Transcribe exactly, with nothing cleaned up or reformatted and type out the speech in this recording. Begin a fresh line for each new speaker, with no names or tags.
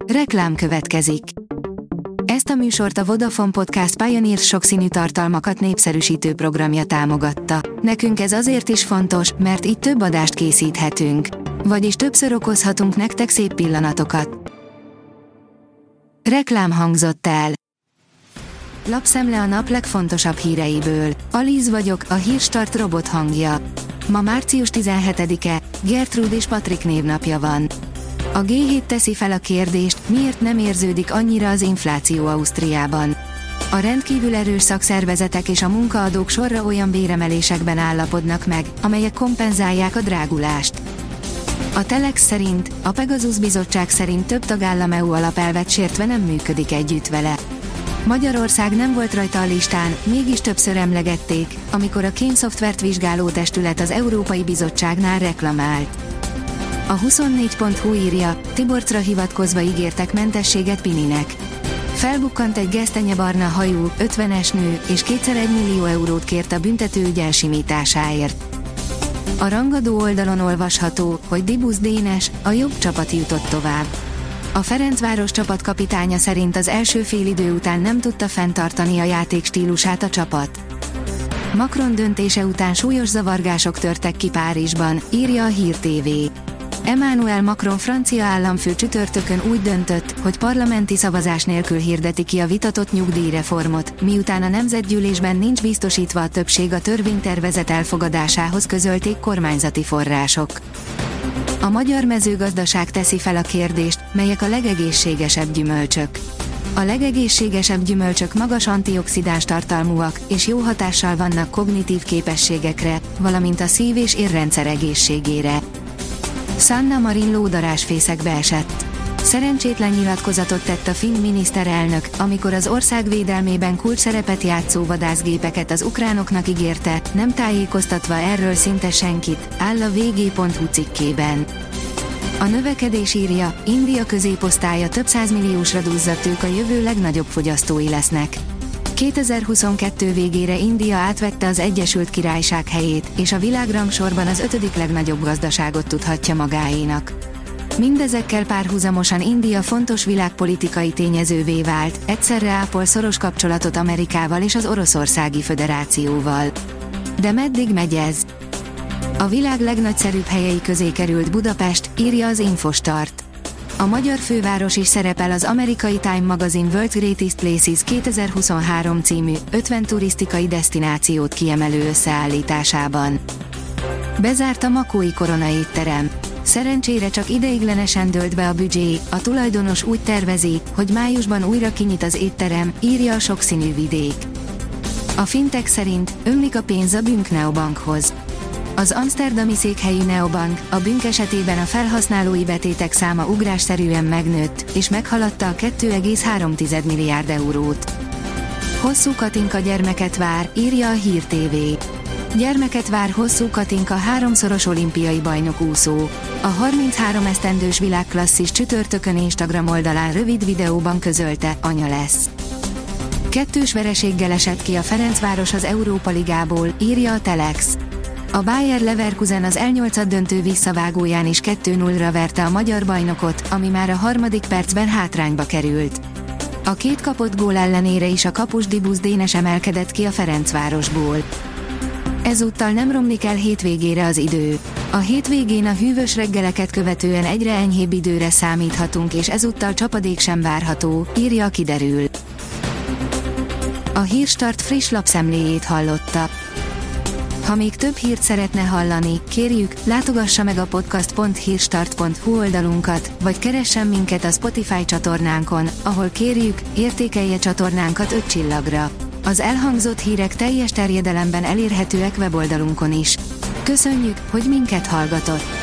Reklám következik. Ezt a műsort a Vodafone Podcast Pioneer sokszínű tartalmakat népszerűsítő programja támogatta. Nekünk ez azért is fontos, mert így több adást készíthetünk. Vagyis többször okozhatunk nektek szép pillanatokat. Reklám hangzott el. Lapszemle a nap legfontosabb híreiből. Alíz vagyok, a Hírstart robot hangja. Ma március tizenhetedike, Gertrud és Patrik névnapja van. A gé hét teszi fel a kérdést, miért nem érződik annyira az infláció Ausztriában. A rendkívül erős szakszervezetek és a munkaadók sorra olyan béremelésekben állapodnak meg, amelyek kompenzálják a drágulást. A Telex szerint, a Pegasus bizottság szerint több tagállam é u alapelvet sértve nem működik együtt vele. Magyarország nem volt rajta a listán, mégis többször emlegették, amikor a kémszoftvert vizsgáló testület az Európai Bizottságnál reklamált. A huszonnégy pont hu írja, Tiborcra hivatkozva ígértek mentességet Pininek. Felbukkant egy gesztenyebarna hajú, ötvenes nő, és kétszer egy millió eurót kért a büntetőügy elsimításáért. A rangadó oldalon olvasható, hogy Dibusz Dénes, a jobb csapat jutott tovább. A Ferencváros csapatkapitánya szerint az első félidő után nem tudta fenntartani a játékstílusát a csapat. Macron döntése után súlyos zavargások törtek ki Párizsban, írja a Hír té vé. Emmanuel Macron francia államfő csütörtökön úgy döntött, hogy parlamenti szavazás nélkül hirdeti ki a vitatott nyugdíjreformot, miután a nemzetgyűlésben nincs biztosítva a többség a törvénytervezet elfogadásához, közölték kormányzati források. A magyar mezőgazdaság teszi fel a kérdést, melyek a legegészségesebb gyümölcsök. A legegészségesebb gyümölcsök magas antioxidáns tartalmúak, és jó hatással vannak kognitív képességekre, valamint a szív- és érrendszer egészségére. Sanna Marin lódarásfészekbe esett. Szerencsétlen nyilatkozatot tett a finn miniszterelnök, amikor az ország védelmében kulcsszerepet játszó vadászgépeket az ukránoknak ígérte, nem tájékoztatva erről szinte senkit, áll a vé gé pont hu cikkében. A növekedés írja, India középosztálya több százmilliósra duzzadt, ők a jövő legnagyobb fogyasztói lesznek. kétezer-huszonkettő végére India átvette az Egyesült Királyság helyét, és a világrangsorban az ötödik legnagyobb gazdaságot tudhatja magáénak. Mindezekkel párhuzamosan India fontos világpolitikai tényezővé vált, egyszerre ápol szoros kapcsolatot Amerikával és az Oroszországi Föderációval. De meddig megy ez? A világ legnagyszerűbb helyei közé került Budapest, írja az Infostart. A magyar főváros is szerepel az amerikai Time Magazine World's Greatest Places kétezer-huszonhárom című, ötven turisztikai desztinációt kiemelő összeállításában. Bezárt a Makói Korona étterem. Szerencsére csak ideiglenesen dőlt be a büdzsé, a tulajdonos úgy tervezi, hogy májusban újra kinyit az étterem, írja a sokszínű vidék. A Fintech szerint ömlik a pénz a Bünk Neobankhoz. Az amszterdami székhelyű Neobank a Bünk esetében a felhasználói betétek száma ugrásszerűen megnőtt, és meghaladta a két egész három milliárd eurót. Hosszú Katinka gyermeket vár, írja a Hír té vé. Gyermeket vár Hosszú Katinka, háromszoros olimpiai bajnok úszó. A harminchárom esztendős világklasszis csütörtökön Instagram oldalán rövid videóban közölte, anya lesz. Kettős vereséggel esett ki a Ferencváros az Európa Ligából, írja a Telex. A Bayer Leverkusen az el nyolcad döntő visszavágóján is kettő nullra verte a magyar bajnokot, ami már a harmadik percben hátrányba került. A két kapott gól ellenére is a kapus Dibusz Dénes emelkedett ki a Ferencvárosból. Ezúttal nem romlik el hétvégére az idő. A hétvégén a hűvös reggeleket követően egyre enyhébb időre számíthatunk, és ezúttal csapadék sem várható, írja a Kiderül. A Hírstart friss lapszemléjét hallotta. Ha még több hírt szeretne hallani, kérjük, látogassa meg a podcast pont hírstart pont hu oldalunkat, vagy keressen minket a Spotify csatornánkon, ahol kérjük, értékelje csatornánkat öt csillagra. Az elhangzott hírek teljes terjedelemben elérhetőek weboldalunkon is. Köszönjük, hogy minket hallgatott!